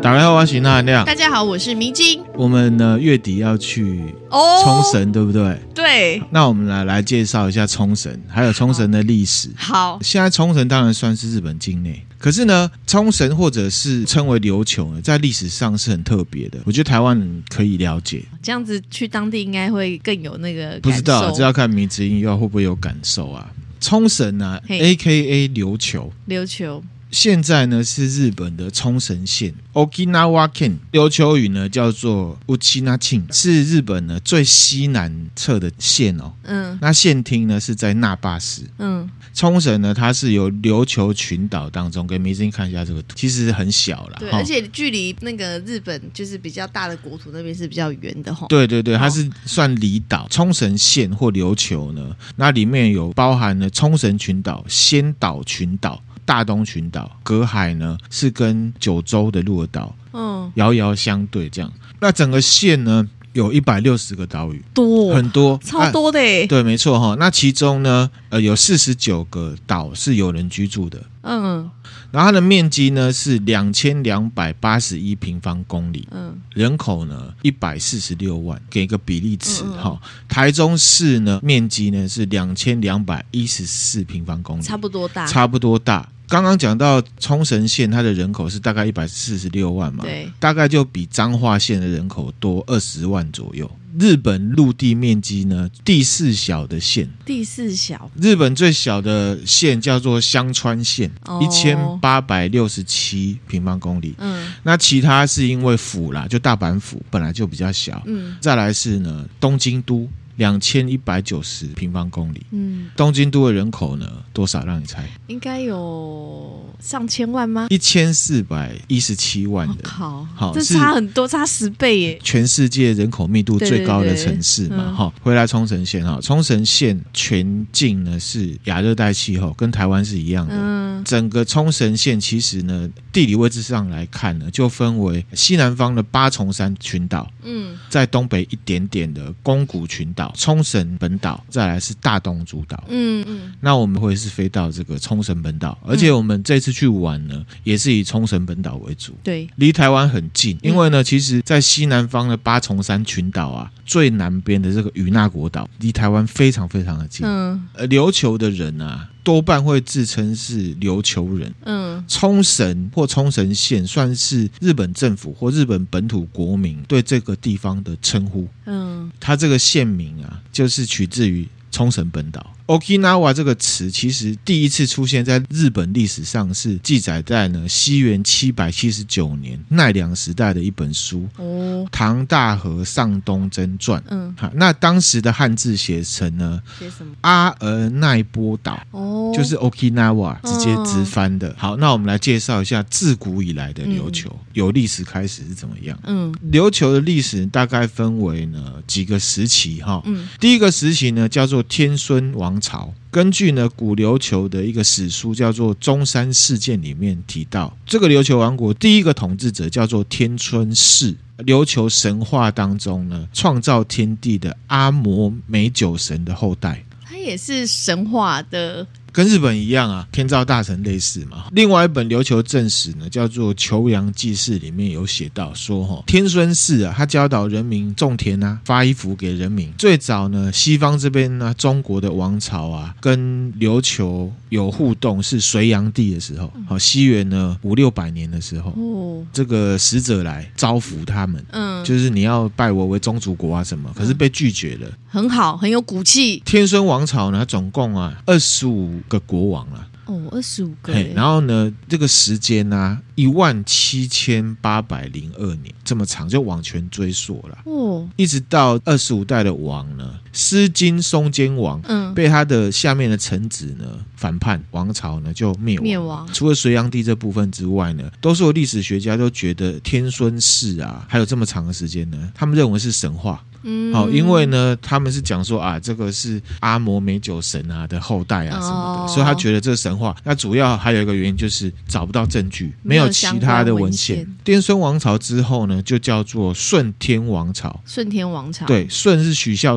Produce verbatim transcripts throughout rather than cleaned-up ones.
大家好，我是那含亮。 大家好，我是迷津。 我们呢月底要去冲绳、哦、对不对？ 对。 那我们来来介绍一下冲绳，还有冲绳的历史。 好， 现在冲绳当然算是日本境内，可是呢，冲绳或者是称为琉球呢，在历史上是很特别的。我觉得台湾人可以了解， 这样子去当地应该会更有那个感受。 不知道，这要看迷之音要会不会有感受啊？冲绳啊 ，A K A 琉球， 琉球。 现在呢是日本的冲绳县 Okinawa Ken， 琉球语呢叫做 Uchinachin， 是日本呢最西南侧的县哦。嗯，那县厅呢是在那霸市。嗯，冲绳呢它是由琉球群岛当中，给迷津看一下这个图，其实很小啦。 对，而且距离那个日本就是比较大的国土那边是比较远的齁。 对对对，它是算离岛。冲绳县或琉球呢，那里面有包含了冲绳群岛、仙岛群岛、大东群岛，隔海呢是跟九州的鹿儿岛嗯，遥遥相对这样。那整个县呢有一百六十个岛屿， 多很多， 超多的耶、啊、 对，没错齁。那其中呢呃有四十九个岛是有人居住的。嗯，然后它的面积呢是两千两百八十一平方公里，嗯，人口呢一百四十六万，给个比例尺哈、嗯嗯。台中市呢面积呢是两千两百一十四平方公里， 差不多大， 差不多大。刚刚讲到冲绳县，它的人口是大概一百四十六万嘛， 对， 大概就比彰化县的人口多二十万左右。日本陆地面积呢第四小的县， 第四小， 日本最小的县叫做香川县，一千八百六十七平方公里。嗯，那其他是因为府啦，就大阪府本来就比较小。嗯，再来是呢东京都。两千一百九十平方公里，嗯，东京都的人口呢多少？让你猜， 应该有上千万吗？ 一千四百一十七万人， 靠、哦，这差很多，差十倍耶！ 全世界人口密度最高的城市嘛，哈、嗯。回来冲绳县哈，冲绳县全境呢是亚热带气候，跟台湾是一样的。嗯，整个冲绳县其实呢，地理位置上来看呢，就分为西南方的八重山群岛，嗯，在东北一点点的宫古群岛。冲绳本岛，再来是大东诸岛。嗯嗯，那我们会是飞到这个冲绳本岛，而且我们这次去玩呢，也是以冲绳本岛为主。对，离台湾很近，因为呢，其实在西南方的八重山群岛啊，最南边的这个与那国岛，离台湾非常非常的近。嗯，呃，琉球的人啊，多半会自称是琉球人。嗯，冲绳或冲绳县算是日本政府或日本本土国民对这个地方的称呼。嗯，它这个县名啊，就是取自于冲绳本岛。Okinawa 这个词其实第一次出现在日本历史上是记载在呢西元七百七十九年奈良时代的一本书哦，唐大和尚东真传。嗯，那当时的汉字写成呢写什么阿尔奈波岛哦，就是 Okinawa 直接直翻的。好，那我们来介绍一下自古以来的琉球、嗯、有历史开始是怎么样。嗯，琉球的历史大概分为呢几个时期哈。嗯，第一个时期呢叫做天孙王朝，根据呢古琉球的一个史书叫做中山事件里面提到，这个琉球王国第一个统治者叫做天孙氏，琉球神话当中呢创造天地的阿摩美酒神的后代， 他也是神话的， 跟日本一样啊，天照大神类似嘛。另外一本琉球正史呢，叫做《求阳记事》，里面有写到说，哈，天孙氏啊，他教导人民种田啊，发衣服给人民。最早呢，西方这边呢，中国的王朝啊，跟琉球有互动，是隋炀帝的时候，好，西元呢五六百年的时候，哦，这个使者来招服他们，嗯，就是你要拜我为宗主国啊什么，可是被拒绝了。 很好，很有骨气。 天孙王朝呢，总共啊二十五个国王了。 哦，二十五个。 然后呢，这个时间啊，一万七千八百零二年，这么长，就往前追溯了。哦，一直到二十五代的王呢，狮金松间王，嗯，被他的下面的臣子呢反叛，王朝呢就灭亡。灭亡。除了隋炀帝这部分之外呢，多数的历史学家都觉得天孙氏啊，还有这么长的时间呢，他们认为是神话。嗯，好，因为呢，他们是讲说啊，这个是阿摩美酒神啊的后代啊什么的，哦、所以他觉得这个神话。那主要还有一个原因就是找不到证据，没有其他的文献。天孙王朝之后呢，就叫做顺天王朝。 顺天王朝， 对，顺是许孝顺的顺，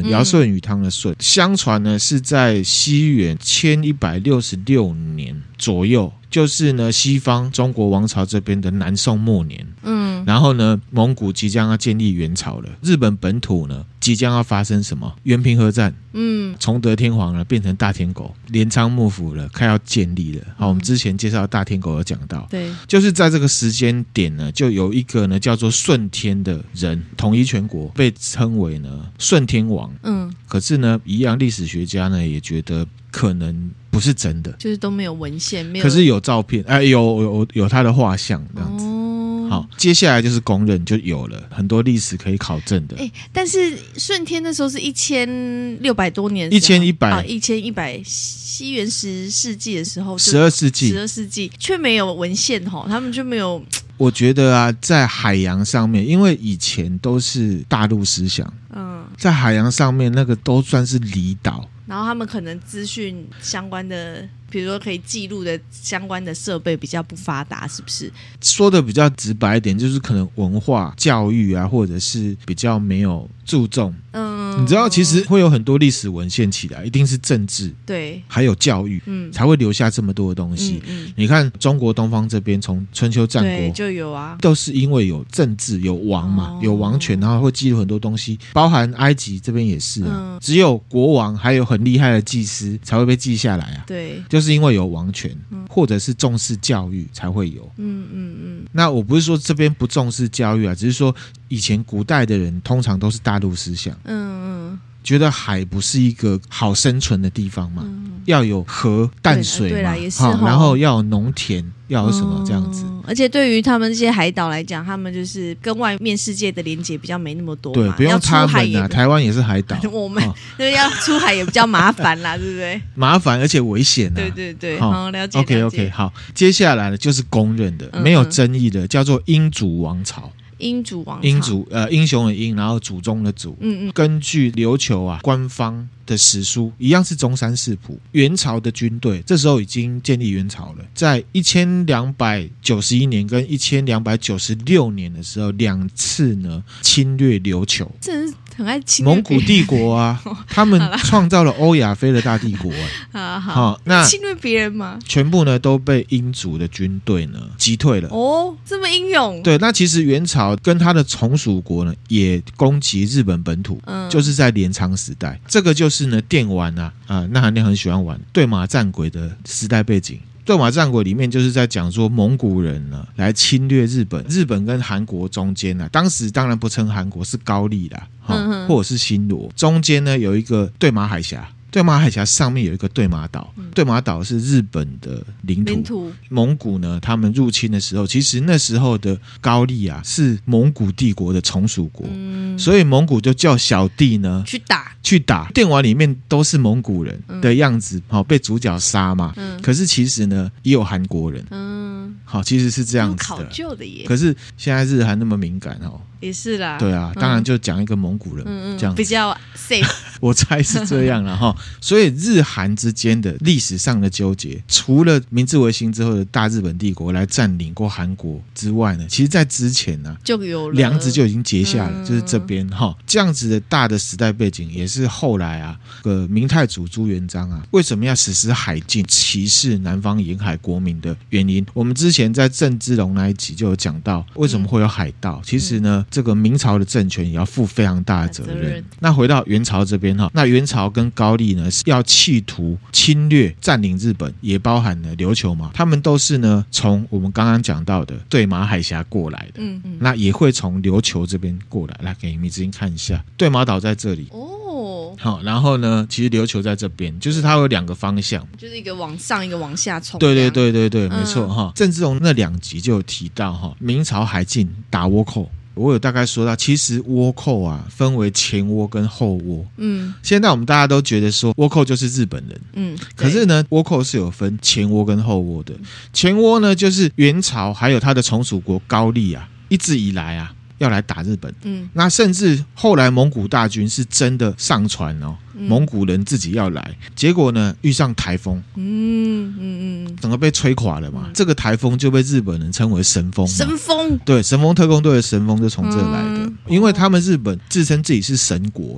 舜，尧舜禹汤的舜，相传呢是在西元千一百六十六年左右，就是呢西方中国王朝这边的南宋末年。嗯，然后呢蒙古即将要建立元朝了，日本本土呢即将要发生什么元平和战。嗯，崇德天皇呢变成大天狗，镰仓幕府了快要建立了。好，我们之前介绍大天狗有讲到，对，就是在这个时间点呢，就有一个呢叫做顺天的人统一全国，被称为呢顺天王。嗯，可是呢一样历史学家呢也觉得可能不是真的， 就是都没有文献，没有， 可是有照片，哎、呃，有有有他的画像这样子。哦，好，接下来就是公认就有了很多历史可以考证的。 哎，但是顺天那时候是一千六百多年， 一千一百啊，一千一百西元十世纪的时候， 十二世纪， 十二世纪却没有文献哈，他们就没有。 我觉得啊，在海洋上面，因为以前都是大陆思想，嗯，在海洋上面那个都算是离岛。 然后他们可能资讯相关的，比如说可以记录的相关的设备比较不发达，是不是？ 说的比较直白一点，就是可能文化教育啊，或者是比较没有注重。嗯，你知道其实会有很多历史文献起来，一定是政治， 对， 还有教育，嗯，才会留下这么多的东西。嗯嗯，你看中国东方这边，从春秋战国就有啊， 都是因为有政治、有王嘛，哦、有王权，然后会记录很多东西，包含埃及这边也是啊，嗯、只有国王还有很厉害的祭司才会被记下来啊。 对， 就是因为有王权，嗯、或者是重视教育才会有。嗯嗯嗯。那我不是说这边不重视教育啊，只是说以前古代的人通常都是大陆思想。嗯嗯。觉得海不是一个好生存的地方嘛，嗯、要有河淡水嘛， 对啦，也是齁， 然后要有农田，要有什么这样子。 嗯、而且对于他们这些海岛来讲，他们就是跟外面世界的连结比较没那么多嘛。 对，不用他们啊，台湾也是海岛， 我们就是要出海也比较麻烦啦，对不对？ 麻烦而且危险啊。 对对对，好，了解。 OK OK， 好，接下来呢就是公认的、嗯、没有争议的，叫做英祖王朝。 英祖王朝， 英祖呃英雄的英，然后祖宗的祖。嗯嗯。根据琉球啊官方的史书，一样是中山世谱。元朝的军队这时候已经建立元朝了，在一千两百九十一年跟一千两百九十六年的时候，两次呢侵略琉球。 真是很爱侵略蒙古帝国啊，他们创造了欧亚非的大帝国、 啊。好好，那侵略别人吗？ 全部呢都被英祖的军队呢击退了。 哦，这么英勇。 对，那其实元朝跟他的从属国呢也攻击日本本土，嗯、就是在镰仓时代。这个就是呢电玩啊啊，那含量很喜欢玩对马战鬼的时代背景。对马战鬼里面就是在讲说蒙古人呢来侵略日本，日本跟韩国中间呢、啊，当时当然不称韩国，是高丽啦，嗯、或者是新罗，中间呢有一个对马海峡。对马海峡上面有一个对马岛，嗯、对马岛是日本的领土。 领土蒙古呢，他们入侵的时候，其实那时候的高丽啊是蒙古帝国的从属国，嗯、所以蒙古就叫小弟呢去打去打。电玩里面都是蒙古人的样子，好、嗯、被主角杀嘛。嗯、可是其实呢，也有韩国人。嗯，好，其实是这样子的。 考究的耶。 可是现在日韩那么敏感哦。 也是啦， 对啊，当然就讲一个蒙古人，嗯、这样比较 safe， 我猜是这样了哈。所以日韩之间的历史上的纠结，除了明治维新之后的大日本帝国来占领过韩国之外呢，其实在之前呢、啊、 就有了梁子就已经结下了，嗯、就是这边哈这样子的大的时代背景，也是后来啊，个明太祖朱元璋啊为什么要实施海禁，歧视南方沿海国民的原因。我们之前在郑芝龙那一集就有讲到，为什么会有海盗？嗯、其实呢。这个明朝的政权也要负非常大的责任。责任那回到元朝这边哈，那元朝跟高丽呢是要企图侵略占领日本，也包含了琉球嘛，他们都是呢从我们刚刚讲到的对马海峡过来的，嗯嗯，那也会从琉球这边过来。来给米子英看一下，对马岛在这里哦，好，然后呢，其实琉球在这边，就是它有两个方向， 就是一个往上，一个往下冲。 对对对对对，嗯、没错哈。郑芝龙那两集就有提到哈，明朝海禁打倭寇。我有大概说到，其实倭寇啊分为前倭跟后倭。嗯，现在我们大家都觉得说倭寇就是日本人。嗯，可是呢，倭寇是有分前倭跟后倭的。前倭呢，就是元朝还有他的从属国高丽啊，一直以来啊要来打日本。嗯，那甚至后来蒙古大军是真的上船哦。蒙古人自己要来，结果呢遇上台风，嗯嗯嗯，整个被吹垮了嘛。嗯、这个台风就被日本人称为神风。 神风， 对，神风特工队的神风就从这来的，嗯、因为他们日本自称自己是神国啦。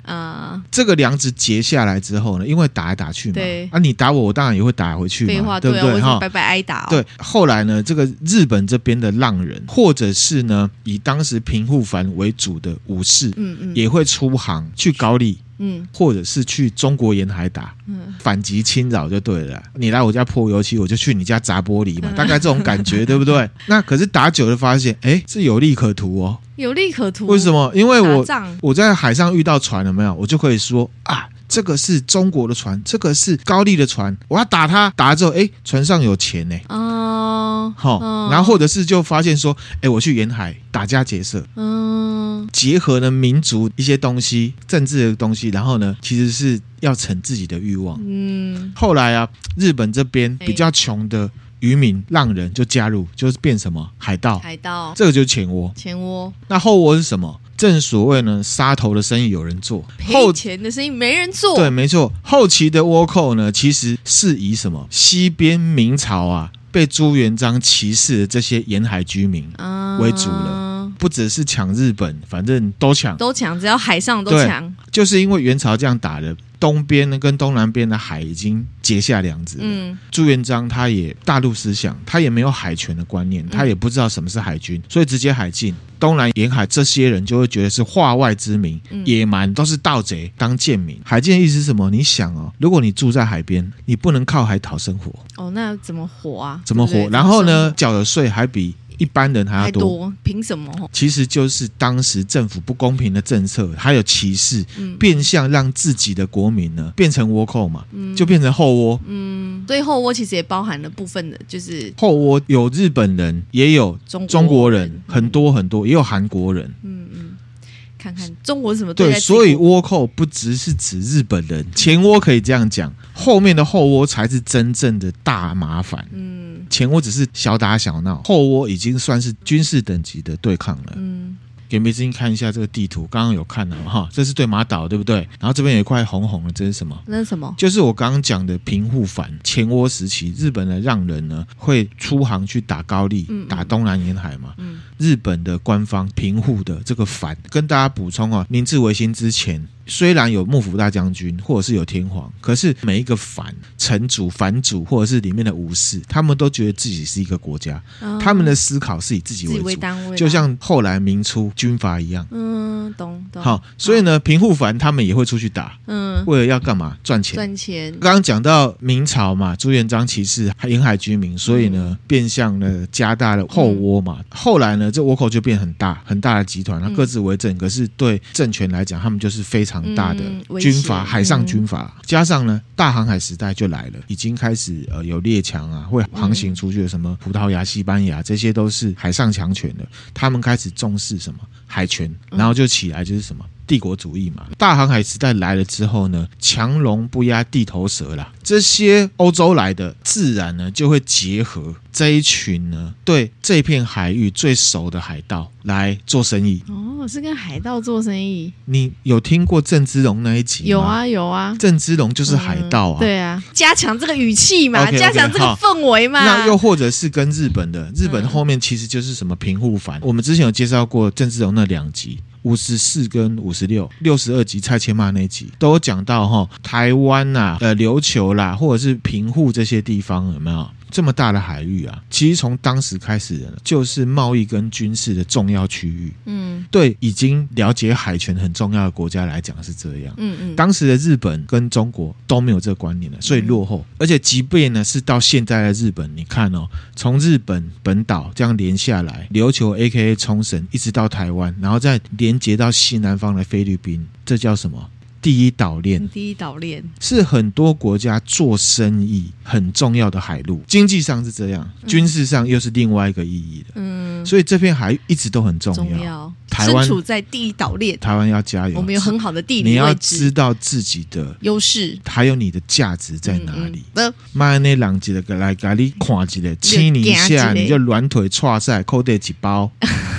啊。 这个梁子结下来之后呢，因为打来打去嘛， 对啊，你打我，我当然也会打回去嘛， 废话， 对不对？ 哈，白白挨打、哦。 对，后来呢，这个日本这边的浪人，或者是呢以当时平户藩为主的武士，嗯嗯，也会出航去高丽。嗯，或者是去中国沿海打，嗯，反击侵扰就对了。你来我家泼油漆，我就去你家砸玻璃嘛，嗯、大概这种感觉，对不对？那可是打久了发现，哎，是有利可图哦， 有利可图。 为什么？因为我我在海上遇到船了没有，我就可以说啊。这个是中国的船，这个是高丽的船，我要打它，打了之后，哎，船上有钱呢，哦，好、哦，然后或者是就发现说，哎，我去沿海打家劫舍，嗯，结合了民族一些东西、政治的东西，然后呢，其实是要逞自己的欲望，嗯，后来啊，日本这边比较穷的渔民浪人就加入，就是变什么海盗， 海盗， 这个就是前倭， 前倭， 那后倭是什么？正所谓呢，杀头的生意有人做， 赔钱的生意没人做。 对，没错。后期的倭寇呢，其实是以什么西边明朝啊被朱元璋歧视的这些沿海居民为主了。嗯不只是抢日本，反正都抢， 都抢，只要海上都抢。 就是因为元朝这样打的，东边呢跟东南边的海已经结下梁子了。嗯，朱元璋他也大陆思想，他也没有海权的观念，他也不知道什么是海军，所以直接海禁。东南沿海这些人就会觉得是化外之民、嗯、野蛮，都是盗贼当贱民。海禁的意思是什么？你想哦，如果你住在海边，你不能靠海讨生活哦，那怎么活啊？ 怎么活？ 对对， 然后呢，缴的税还比一般人还要多， 凭什么？ 其实就是当时政府不公平的政策，还有歧视，嗯、变相让自己的国民呢变成倭寇嘛，嗯、就变成后倭。 嗯，所以后倭其实也包含了部分的，就是后倭有日本人，也有中国人，嗯、很多很多，也有韩国人。嗯嗯， 看看中国是什么对待？ 对，所以倭寇不只是指日本人，前倭可以这样讲，后面的后倭才是真正的大麻烦。嗯。前倭只是小打小闹，后倭已经算是军事等级的对抗了。嗯，给梅子英看一下这个地图，刚刚有看了哈，这是对马岛对不对？然后这边有一块红红的，这是什么？ 那是什么？ 就是我刚刚讲的平户藩前倭时期，日本的让人呢会出航去打高丽，嗯嗯打东南沿海嘛。嗯，日本的官方平户的这个藩，跟大家补充啊，明治维新之前。虽然有幕府大将军或者是有天皇，可是每一个藩城主、藩主或者是里面的武士，他们都觉得自己是一个国家，哦、他们的思考是以自己为主， 为单位， 就像后来明初军阀一样。 嗯，懂懂。 好，所以呢，平户藩他们也会出去打，嗯，为了要干嘛？赚钱。 赚钱。 刚刚讲到明朝嘛，朱元璋歧视沿海居民，所以呢，嗯、变相呢加大了后倭嘛。嗯、后来呢，这倭寇就变很大很大的集团，它各自为政，嗯、可是对政权来讲，他们就是非常大的军阀，嗯、海上军阀，嗯、加上呢大航海时代就来了，已经开始呃有列强啊会航行出去的，什么葡萄牙、西班牙，这些都是海上强权的，他们开始重视什么海权，然后就起来就是什么。帝国主义嘛，大航海时代来了之后呢，强龙不压地头蛇啦，这些欧洲来的自然呢就会结合这一群呢对这片海域最熟的海盗来做生意。 哦，是跟海盗做生意。 你有听过郑芝龙那一集吗？ 有啊有啊， 郑芝龙就是海盗啊、嗯。 对啊，加强这个语气嘛， okay, okay, 加强这个氛围嘛。 那又或者是跟日本的，日本后面其实就是什么平户藩、嗯、我们之前有介绍过郑芝龙那两集。五十四跟五十六，六十二集蔡千嬅那集都有讲到哈，台湾呐、啊、呃琉球啦，或者是平户这些地方有没有这么大的海域啊？其实从当时开始的就是贸易跟军事的重要区域。嗯，对，已经了解海权很重要的国家来讲是这样。嗯嗯，当时的日本跟中国都没有这个观念了，所以落后。嗯、而且即便呢是到现在的日本，你看哦，从日本本岛这样连下来，琉球 A K A 冲绳，一直到台湾，然后再连接到西南方的菲律宾，这叫什么？第一岛链， 第一岛链是很多国家做生意很重要的海路，经济上是这样，嗯、军事上又是另外一个意义的。嗯，所以这片海域一直都很重要。 重要， 台湾身处在第一岛链， 台湾要加油。 我们有很好的地理位置， 你要知道自己的优势， 还有你的价值在哪里。妈那两集的来给你看一下，亲你一下，你就软腿踹赛，扣带几包。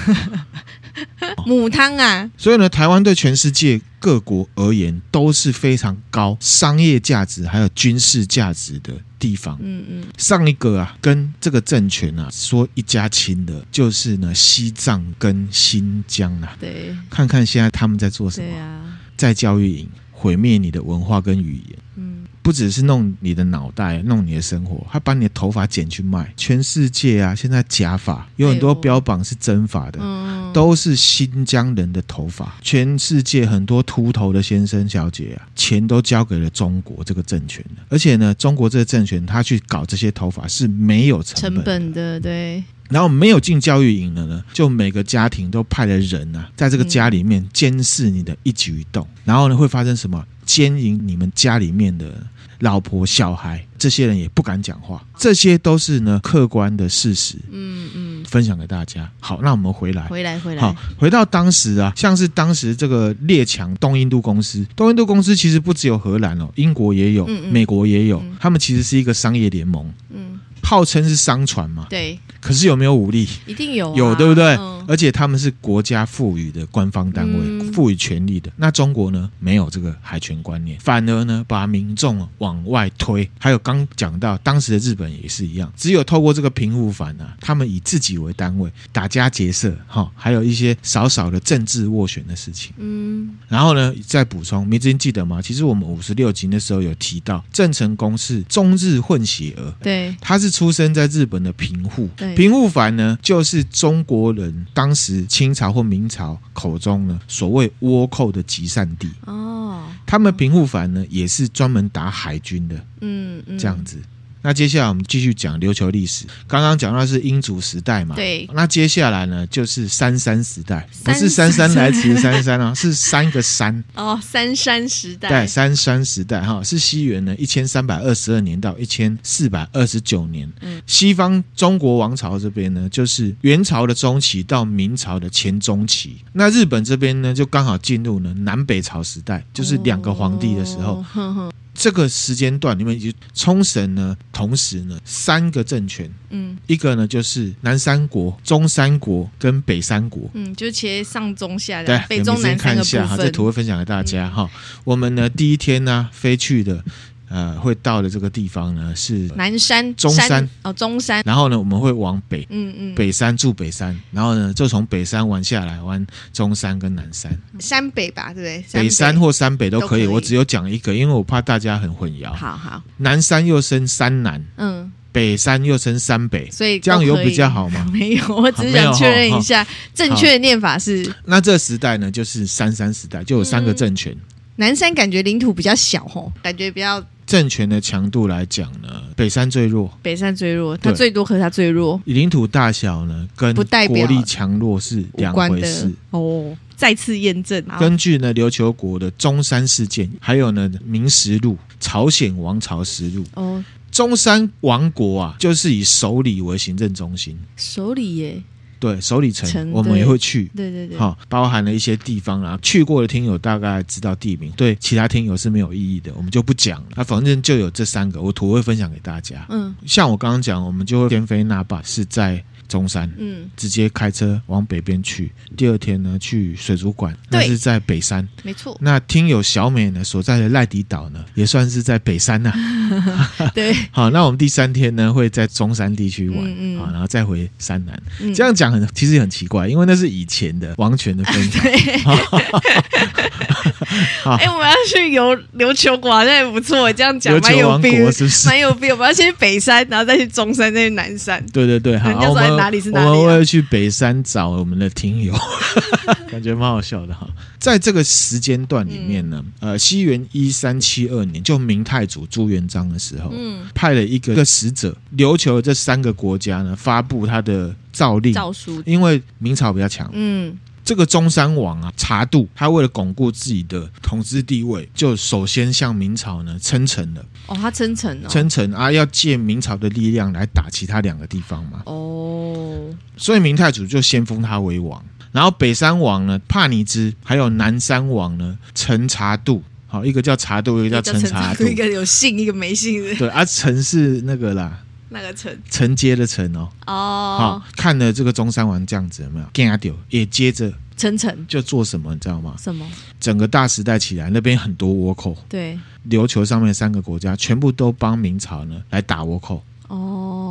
母汤啊！ 所以呢，台湾对全世界各国而言都是非常高商业价值还有军事价值的地方。嗯嗯，上一个啊，跟这个政权啊说一家亲的，就是呢西藏跟新疆啊。对，看看现在他们在做什么。对啊。 在教育营毁灭你的文化跟语言。 嗯， 不只是弄你的脑袋，弄你的生活，他把你的头发剪去卖。全世界啊，现在假发有很多标榜是真发的，哎嗯、都是新疆人的头发。全世界很多秃头的先生小姐啊，钱都交给了中国这个政权的。而且呢，中国这个政权他去搞这些头发是没有成本的， 成本的对。 然后没有进教育营的呢，就每个家庭都派了人啊，在这个家里面监视你的一举一动。嗯、然后呢，会发生什么？奸淫你们家里面的老婆小孩，这些人也不敢讲话。这些都是呢客观的事实。嗯嗯，分享给大家。好，那我们回来， 回来，回来。 好，回到当时啊，像是当时这个列强东印度公司，东印度公司其实不只有荷兰哦，英国也有，嗯嗯美国也有，嗯、他们其实是一个商业联盟。嗯。号称是商船嘛， 对， 可是有没有武力？ 一定有、啊， 有，对不对？ 嗯、 而且他们是国家赋予的官方单位，赋予权力的。那中国呢，没有这个海权观念，反而呢，把民众往外推。还有刚讲到，当时的日本也是一样，只有透过这个平户藩啊，他们以自己为单位，打家劫舍，哈，还有一些少少的政治斡旋的事情。嗯，然后呢，再补充，梅子英记得吗？其实我们五十六集那时候有提到，郑成功是中日混血儿， 对， 他是出生在日本的平户，平户藩呢，就是中国人当时清朝或明朝口中呢所谓倭寇的集散地。哦，他们平户藩呢也是专门打海军的，嗯嗯，这样子。那接下来我们继续讲琉球历史。刚刚讲到是英祖时代嘛， 对。 那接下来呢，就是三山时代，不是姗姗来迟的姗姗啊，是三个山哦，三山时代。 对，三山时代哈，是西元呢一千三百二十二年到一千四百二十九年。嗯，西方中国王朝这边呢，就是元朝的中期到明朝的前中期。那日本这边呢，就刚好进入呢南北朝时代，就是两个皇帝的时候。哦呵呵，这个时间段里面，冲绳呢，同时呢三个政权，嗯，一个呢就是南三国、中三国跟北三国， 嗯，就切上中下的， 对， 北中南三个部分。 看一下哈，这图会分享给大家哈。嗯、我们呢第一天呢飞去的。呃，会到的这个地方呢是南山、 中山哦，中山。 然后呢，我们会往北，嗯嗯，北山住北山，然后呢，就从北山玩下来，玩中山跟南山， 山北吧，对不对？ 北山或山北都可以，可以我只有讲一个，因为我怕大家很混淆。 好好， 南山又升山南，嗯。北山又升山北， 所以这样有比较好吗？ 没有，我只是想确认一下正确的念法是。 那这时代呢，就是三山时代，就有三个政权。嗯、 南山感觉领土比较小吼，感觉比较。 政权的强度来讲呢，北山最弱， 北山最弱，它最多可是它最弱。 领土大小呢，跟国力强弱是两回事哦。再次验证， 根据呢琉球国的中山事件，还有呢明实录、朝鲜王朝实录哦。中山王国啊，就是以首里为行政中心。 首里耶。 对，首里城我们也会去， 对对对， 好、哦，包含了一些地方啊，去过的听友大概知道地名，对其他听友是没有意义的，我们就不讲了。啊，反正就有这三个，我图会分享给大家。嗯，像我刚刚讲，我们就会先飞那霸是在中山，嗯，直接开车往北边去。第二天呢，去水族馆，那是在北山， 没错。 那听友小美呢所在的赖迪岛呢，也算是在北山呐、 啊。对， 好，那我们第三天呢会在中山地区玩，嗯嗯好，然后再回山南。嗯、这样讲很其实很奇怪，因为那是以前的王权的分法。对。 哎、欸，我们要去游琉球国好像也不错，这样讲蛮有 feel， 是不是？蛮有 feel。我们要先去北山，然后再去中山，再去南山。 对对对，好， 人家说在哪里是哪里、啊、 我们会去北山找我们的听友，感觉蛮好笑的哈。在这个时间段里面呢，嗯、呃，西元一三七二年，就明太祖朱元璋的时候，嗯，派了一个一个使者，琉球这三个国家呢发布他的诏令诏书， 因为明朝比较强，嗯。这个中山王啊，察度，他为了巩固自己的统治地位，就首先向明朝呢称臣了。 哦，他称臣哦， 称臣啊，要借明朝的力量来打其他两个地方嘛。哦，所以明太祖就先封他为王，然后北山王呢，帕尼兹，还有南山王呢，陈察度。好，一个叫察度，一个叫陈察度， 一个有姓，一个没姓的。 对啊，陈是那个啦。 那个城承接的承哦， 哦， 好，看了这个中山王这样子有没有？惊到也接着称臣， 就做什么你知道吗？ 什么？ 整个大时代起来，那边很多倭寇， 对， 琉球上面三个国家全部都帮明朝呢来打倭寇。 哦，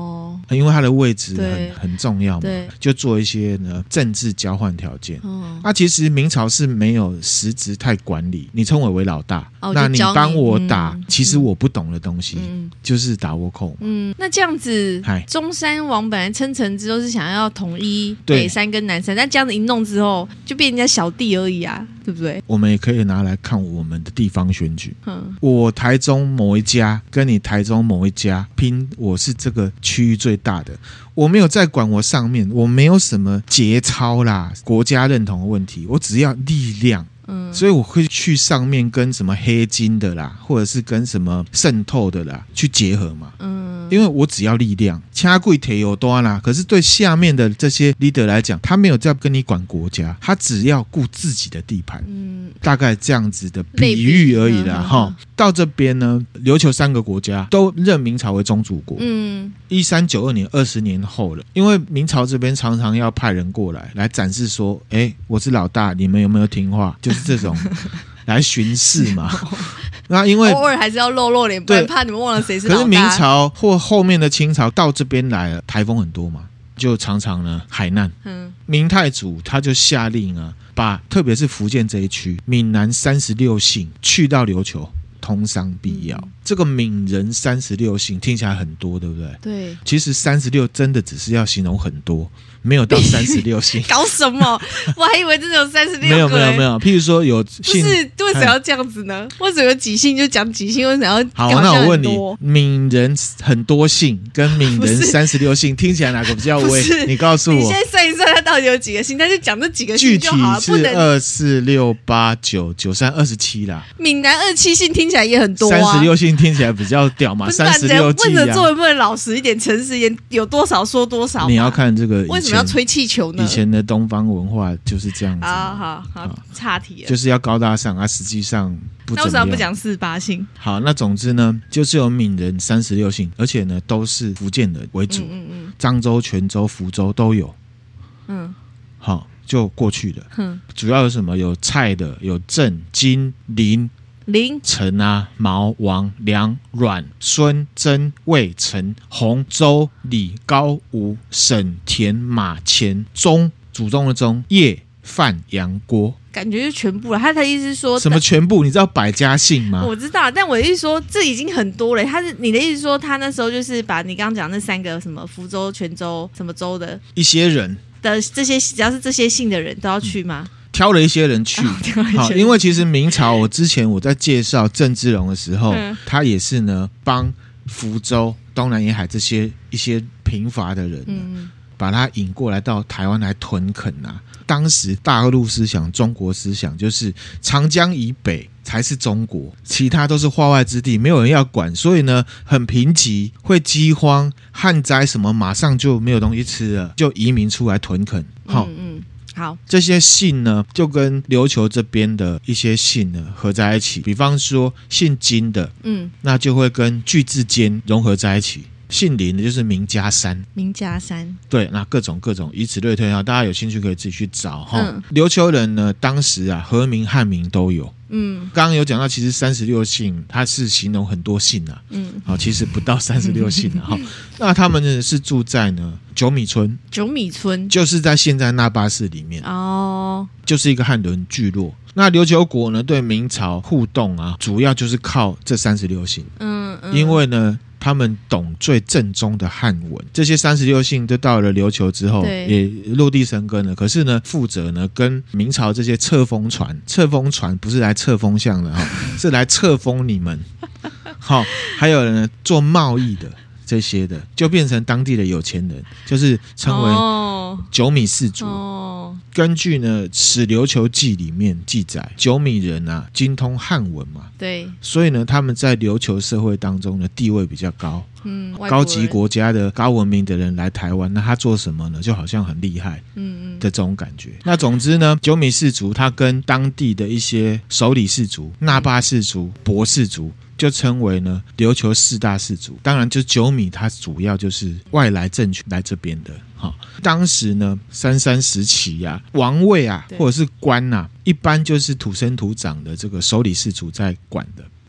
因为它的位置很很重要嘛， 对， 就做一些呢政治交换条件。哦，那、啊、其实明朝是没有实质太管理，你称我为老大，哦、那你帮我打、嗯、其实我不懂的东西、嗯、就是打倭寇嘛。 嗯，那这样子中山王本来称臣之后是想要统一北山跟南山，但这样子一弄之后就变人家小弟而已啊，对不对？ 我们也可以拿来看我们的地方选举。嗯，我台中某一家跟你台中某一家拼，我是这个区域最大的，我没有在管我上面，我没有什么节操啦国家认同的问题，我只要力量。嗯，所以我会去上面跟什么黑金的啦，或者是跟什么渗透的啦去结合嘛。嗯，因为我只要力量，掐贵铁有多啦。可是对下面的这些 leader 来讲，他没有在跟你管国家，他只要顾自己的地盘。嗯，大概这样子的比喻而已啦。哈、嗯，到这边呢，琉球三个国家都认明朝为宗主国。嗯，一三九二年，二十年后了，因为明朝这边常常要派人过来来展示说，哎，我是老大，你们有没有听话？就是这种来巡视嘛。那因为偶尔还是要露露脸，不然怕你们忘了谁是老大。 可是明朝或后面的清朝到这边来了，台风很多嘛，就常常呢海难。嗯，明太祖他就下令啊，把特别是福建这一区闽南三十六姓去到琉球。通商必要、嗯、这个闽人三十六姓听起来很多，对不对？对，其实三十六真的只是要形容很多，没有到三十六姓。 搞什么？我还以为真的有三十六个。 没有没有没有，譬如说有姓， 不是为什么要这样子呢？为什么有几姓就讲几姓？为什么要好？那我问你，闽人很多姓跟闽人三十六姓听起来哪个比较威？你告诉我。 你现在算一算，他到底有几个姓？他就讲这几个姓就好了， 具体是二四六八九九三二十七啦。 闽南二十七姓听起来也很多啊， 三十六姓听起来比较屌嘛，三十六计啊。 问着做能不能老实一点、诚实一点，有多少说多少。 你要看这个， 为什么要吹气球呢？ 以前的东方文化就是这样子。 好好好，岔题了， 就是要高大上啊，实际上不怎么样。 那为什么不讲四八姓？ 好，那总之呢，就是有闽人三十六姓，而且呢都是福建人为主，嗯嗯嗯，漳州、泉州、福州都有。嗯，好，就过去了。嗯，主要有什么？有蔡的，有郑、金、林。 林、 陈啊、毛、王、梁、阮、孙、曾、魏、陈、洪、周、李、高、吴、沈、田、马、钱、钟，祖宗的钟、叶、范、杨、郭， 感觉就全部了。他的意思是说， 什么全部？你知道百家姓吗？ 我知道，但我的意思说，这已经很多了。他是你的意思说，他那时候就是把你刚刚讲那三个什么福州、泉州什么州的一些人的这些，只要是这些姓的人都要去吗？嗯， 挑了一些人去，好，因为其实明朝，我之前我在介绍郑芝龙的时候，嗯、他也是呢帮福州、东南沿海这些一些贫乏的人，嗯，把他引过来到台湾来屯垦啊。当时大陆思想、中国思想就是长江以北才是中国，其他都是化外之地，没有人要管，所以呢很贫瘠，会饥荒、旱灾什么，马上就没有东西吃了，就移民出来屯垦。好，嗯嗯。 好， 这些姓呢就跟琉球这边的一些姓呢合在一起，比方说姓金的，嗯，那就会跟巨字间融合在一起。姓林的就是名家山， 名家山， 对，那各种各种，以此类推哈，大家有兴趣可以自己去找哈。嗯、琉球人呢，当时啊，和名汉名都有。嗯，刚刚有讲到，其实三十六姓它是形容很多姓啊，嗯，好，其实不到三十六姓啊。哈，那他们呢是住在呢九米村， 九米村就是在现在那霸市里面哦，就是一个汉人聚落。那琉球国呢对明朝互动啊，主要就是靠这三十六姓，嗯嗯，因为呢。他们懂最正宗的汉文，这些三十六姓都到了琉球之后，也落地生根了。可是呢，负责呢跟明朝这些册封船，册封船不是来册封像的哈，是来册封你们。好，还有呢做贸易的这些的，就变成当地的有钱人，就是称为九米氏族。哦，根据呢《史琉球记》里面记载，九米人啊精通汉文嘛， 对， 所以呢他们在琉球社会当中的地位比较高。嗯，高级国家的高文明的人来台湾，那他做什么呢？就好像很厉害，嗯嗯的这种感觉。那总之呢，九米氏族他跟当地的一些首里氏族、那霸氏族、博氏族。就称为呢琉球四大氏族，当然就九米，它主要就是外来政权来这边的。好，当时呢三山时期啊，王位啊或者是官啊，一般就是土生土长的这个首里氏族在管的。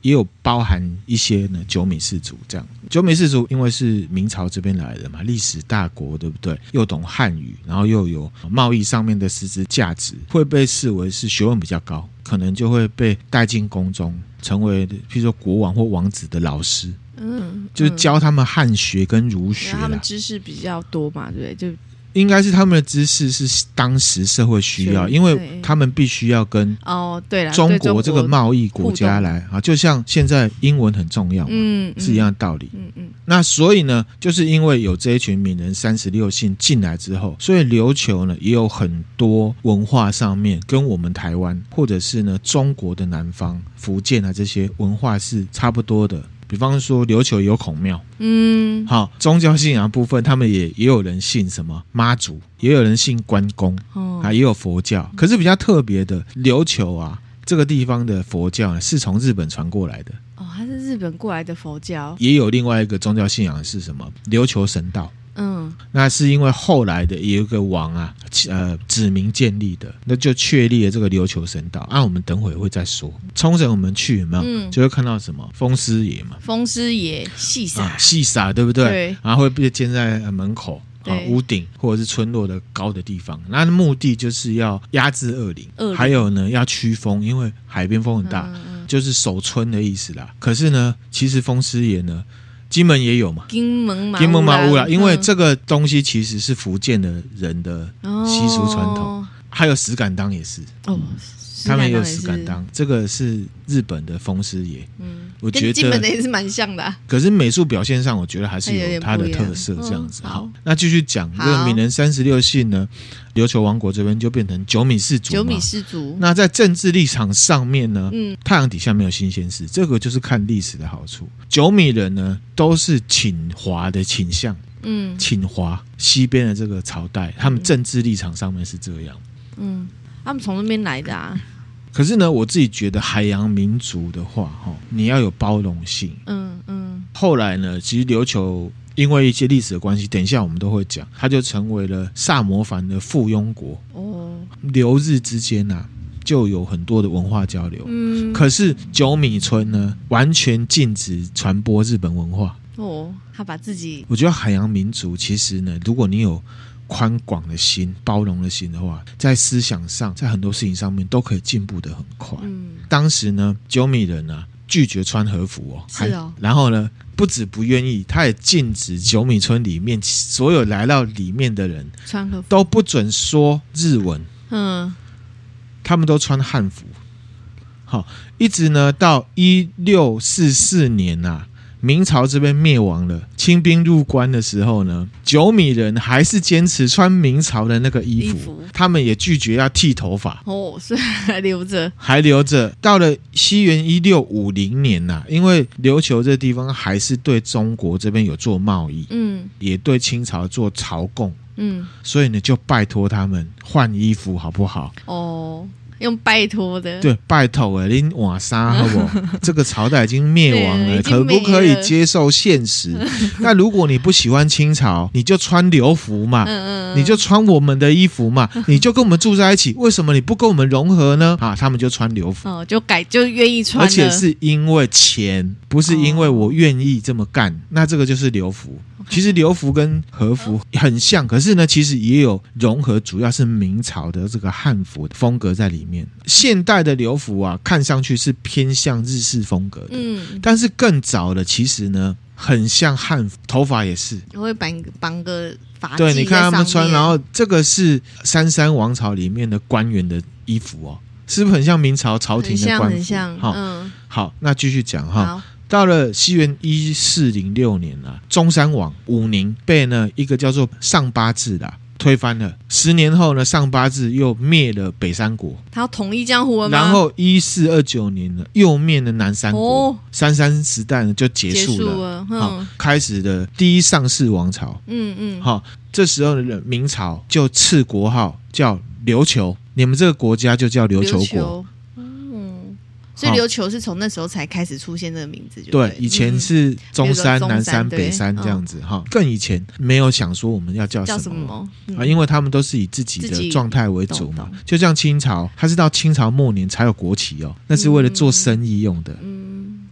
也有包含一些呢九米氏族这样。九米氏族因为是明朝这边来的嘛，历史大国对不对？又懂汉语，然后又有贸易上面的实质价值，会被视为是学问比较高，可能就会被带进宫中，成为譬如说国王或王子的老师。嗯，就是教他们汉学跟儒学啦， 他们知识比较多嘛，对不对？就应该是他们的知识是当时社会需要，因为他们必须要跟哦，对了， 中国这个贸易国家来啊，就像现在英文很重要嘛， 嗯， 是一样的道理。 嗯嗯。 那所以呢，就是因为有这一群闽人三十六姓进来之后，所以琉球呢也有很多文化上面跟我们台湾或者是呢中国的南方、福建啊这些文化是差不多的。比方说琉球有孔庙，嗯，好，宗教信仰部分他们也也有人信什么妈祖，也有人信关公，哦，啊，也有佛教。可是比较特别的，琉球啊这个地方的佛教呢是从日本传过来的。 哦，它是日本过来的佛教。 也有另外一个宗教信仰是什么？琉球神道。嗯，那是因为后来的有一个王啊，呃，指名建立的，那就确立了这个琉球神道。啊，我们等会会再说。冲绳我们去有没有？嗯，就会看到什么风狮爷嘛， 风狮爷戏撒， 啊，戏撒对不对？ 对， 然后会被建在门口。啊，屋顶或者是村落的高的地方，那目的就是要压制恶灵，还有呢要驱风，因为海边风很大，嗯嗯，就是守村的意思啦。可是呢，其实风狮爷呢，金门也有嘛， 金门嘛， 金门嘛有啦，因为这个东西其实是福建的人的习俗传统，哦，还有石敢当也是哦。他们也有石敢当，这个是日本的风狮爷，嗯，我觉得跟金门的也是蛮像的，啊。 可是美术表现上，我觉得还是有它的特色，这样子。嗯，好，那继续讲这个闽人三十六姓呢，琉球王国这边就变成九米氏族。 九米氏族。 那在政治立场上面呢，嗯，太阳底下没有新鲜事，这个就是看历史的好处。九米人呢，都是侵华的倾向，嗯，侵华西边的这个朝代，他们政治立场上面是这样， 嗯。他们从那边来的啊。 可是呢，我自己觉得海洋民族的话，你要有包容性。嗯嗯。后来呢，其实琉球因为一些历史的关系，等一下我们都会讲，它就成为了萨摩藩的附庸国。哦。留日之间啊，就有很多的文化交流。嗯。可是九米村呢，完全禁止传播日本文化。 哦，他把自己， 我觉得海洋民族其实呢，如果你有宽广的心、包容的心的话，在思想上，在很多事情上面都可以进步得很快。嗯，当时呢，九米人啊拒绝穿和服哦， 是哦， 然后呢，不止不愿意，他也禁止九米村里面所有来到里面的人穿和服， 都不准说日文。嗯，他们都穿汉服。好，一直呢到一六四四年啊。明朝这边灭亡了，清兵入关的时候呢，九米人还是坚持穿明朝的那个衣服，衣服他们也拒绝要剃头发。 哦，所以还留着， 还留着。到了西元一六五零年呐、啊，因为琉球这地方还是对中国这边有做贸易，嗯，也对清朝做朝贡，嗯，所以呢就拜托他们换衣服好不好？ 哦。用拜托的， 对，拜托哎，您瓦莎好不好？这个朝代已经灭亡了，可不可以接受现实？那如果你不喜欢清朝，你就穿流服嘛，嗯嗯你就穿我们的衣服嘛，你就跟我们住在一起，为什么你不跟我们融合呢？啊，他们就穿流服， 哦，就改就愿意穿了， 而且是因为钱，不是因为我愿意这么干，哦、那这个就是流服。其实流服跟和服很像，可是呢，其实也有融合，主要是明朝的这个汉服的风格在里面。现代的流服啊，看上去是偏向日式风格的，嗯，但是更早的其实呢，很像汉服，头发也是， 我会绑绑个发髻， 对，你看他们穿，然后这个是三山王朝里面的官员的衣服哦，是不是很像明朝朝廷的官服？ 很像， 好、 嗯， 好，那继续讲哈。到了西元一四零六年啊，中山王武宁被呢一个叫做上八字的、啊、推翻了。十年后呢，上八字又灭了北三国， 他要统一江湖了吗？ 然后一四二九年呢，又灭了南三国，哦、三山时代呢就结束了， 结束了嗯、 好，开始的第一上世王朝。嗯嗯，好，这时候的明朝就赐国号叫琉球，你们这个国家就叫琉球国。 所以琉球是从那时候才开始出现这个名字，就对, 对，以前是中山、嗯、南山、北山这样子哈、哦，更以前没有想说我们要叫什么, 叫什么、嗯、 啊，因为他们都是以自己的状态为主嘛。就像清朝，它是到清朝末年才有国旗哦，那是为了做生意用的。嗯，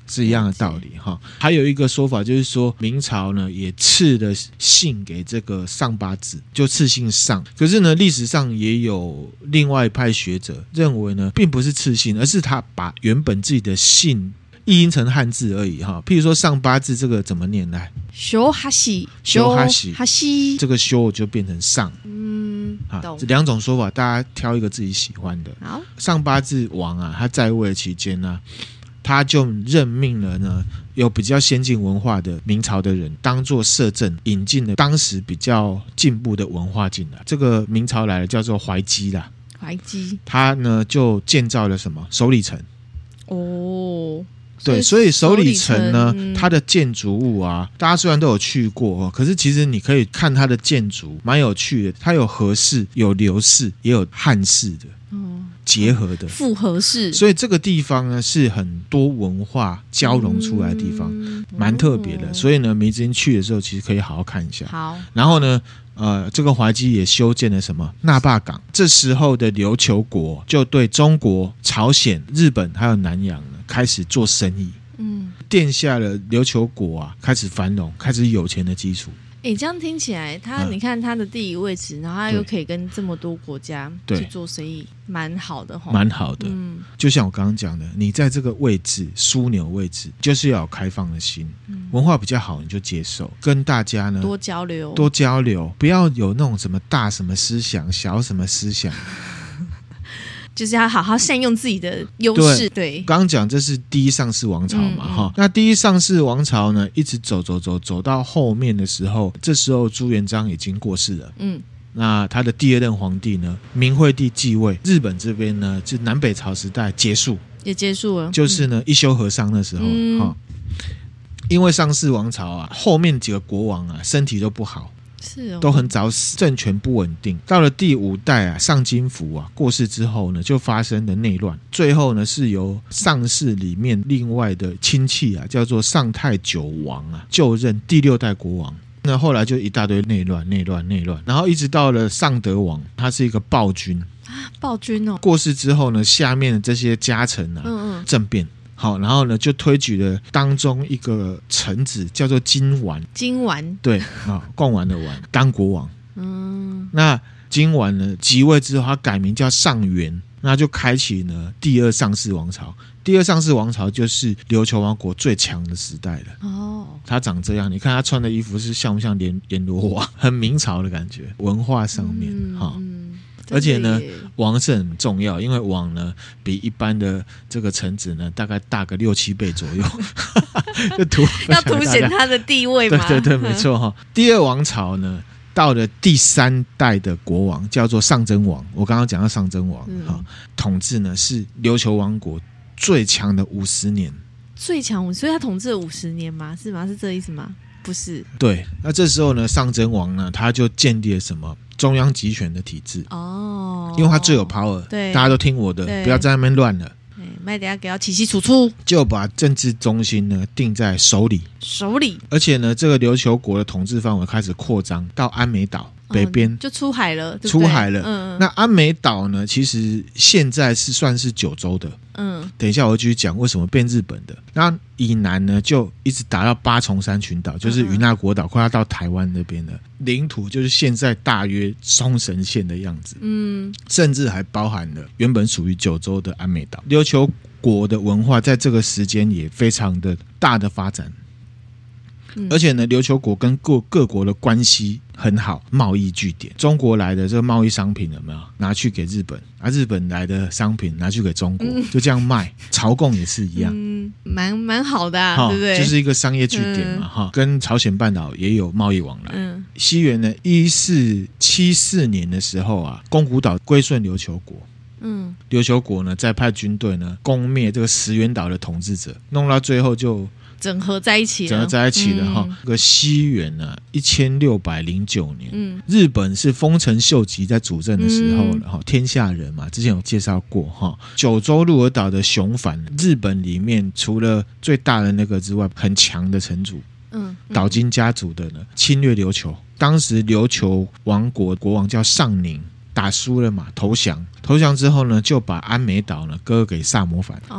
是一样的道理哈。还有一个说法就是说，明朝呢也赐了姓给这个上八字，就赐姓上。可是呢，历史上也有另外一派学者认为呢，并不是赐姓，而是他把原本自己的姓译音成汉字而已哈。譬如说上八字这个怎么念来？修哈西，修哈西，哈西，这个修就变成上。嗯，好，这两种说法，大家挑一个自己喜欢的。好，上八字王啊，他在位期间呢、啊，他就任命了呢有比较先进文化的明朝的人当做摄政，引进了当时比较进步的文化进来。这个明朝来了叫做怀基啦，怀基，他呢就建造了什么首里城。哦。对，所以首里城呢，它的建筑物啊，大家虽然都有去过，可是其实你可以看它的建筑蛮有趣的，它有和式、有刘氏，也有汉式的。结合的复合式，所以这个地方呢是很多文化交融出来的地方，蛮、嗯、特别的。所以呢，梅子英去的时候，其实可以好好看一下。好，然后呢，呃，这个怀基也修建了什么那霸港。这时候的琉球国就对中国、朝鲜、日本还有南洋呢开始做生意，嗯，奠下了琉球国啊开始繁荣、开始有钱的基础。哎、欸，这样听起来，它、嗯、你看它的地理位置，然后它又可以跟这么多国家去做生意，蛮好的齁，蛮好的。嗯，就像我刚刚讲的，你在这个位置枢纽位置，就是要有开放的心，嗯、文化比较好，你就接受，跟大家呢多交流，多交流，不要有那种什么大什么思想，小什么思想。就是要好好善用自己的优势。对，刚刚讲这是第一上世王朝嘛，哈、嗯嗯，那第一上世王朝呢，一直走走走走到后面的时候，这时候朱元璋已经过世了，嗯，那他的第二任皇帝呢，明惠帝继位，日本这边呢，就南北朝时代结束，也结束了，就是呢、嗯、一休和尚那时候，哈、嗯，因为上世王朝啊，后面几个国王啊，身体都不好。是哦，都很早死，政权不稳定。到了第五代啊，上金福啊过世之后呢，就发生了内乱。最后呢，是由上世里面另外的亲戚啊，叫做上太久王啊，就任第六代国王。那后来就一大堆内乱、内乱、内乱，然后一直到了上德王，他是一个暴君啊，暴君哦。过世之后呢，下面的这些家臣啊，嗯嗯政变。好，然后呢，就推举了当中一个臣子，叫做金丸。金丸，对啊，贡丸的丸，当国王。嗯，那金丸呢即位之后，他改名叫上元，那就开启呢第二上世王朝。第二上世王朝就是琉球王国最强的时代了。哦，他长这样，你看他穿的衣服是像不像阎阎罗王？很明朝的感觉，文化上面哈。嗯而且呢，王是很重要，因为王呢比一般的这个臣子呢大概大个六七倍左右，就突要凸显他的地位嘛。对对对，没错哈。第二王朝呢，到了第三代的国王叫做上真王，我刚刚讲到上真王哈、嗯，统治呢是琉球王国最强的五十年，最强，所以他统治了五十年吗？是吗？是这意思吗？不是。对，那这时候呢，上真王呢他就建立了什么？中央集权的体制哦，因为他最有 power， 对，大家都听我的，不要在那边乱了。卖等下给他起起楚楚，就把政治中心呢定在首里，首里，而且呢，这个琉球国的统治范围开始扩张到安美岛北边、嗯，就出海了，对不对？出海了。嗯，那安美岛呢，其实现在是算是九州的。嗯，等一下我会继续讲为什么变日本的。那以南呢，就一直打到八重山群岛，就是与那国岛，快要到台湾那边了。领土就是现在大约冲绳县的样子。嗯，甚至还包含了原本属于九州的安美岛。琉球国的文化在这个时间也非常的大的发展。嗯、而且呢，琉球国跟各各国的关系很好，贸易据点。中国来的这个贸易商品有没有拿去给日本？啊，日本来的商品拿去给中国，嗯、就这样卖。朝贡也是一样，嗯，蛮蛮好的、啊，对不对？就是一个商业据点嘛，哈、嗯，跟朝鲜半岛也有贸易往来。嗯，西元呢一四七四年的时候啊，宫古岛归顺琉球国。嗯，琉球国呢再派军队呢攻灭这个石垣岛的统治者，弄到最后就。整合在一起了，整合在一起了哈。这、嗯、个西元呢、啊，一千六百零九年，嗯，日本是丰臣秀吉在主政的时候了哈、嗯，天下人嘛，之前有介绍过哈。九州鹿儿岛的雄反，日本里面除了最大的那个之外，很强的城主，嗯，岛津家族的呢，侵略琉球。当时琉球王国国王叫上宁。打输了嘛，投降。投降之后呢，就把安美岛呢割给萨摩藩。哦，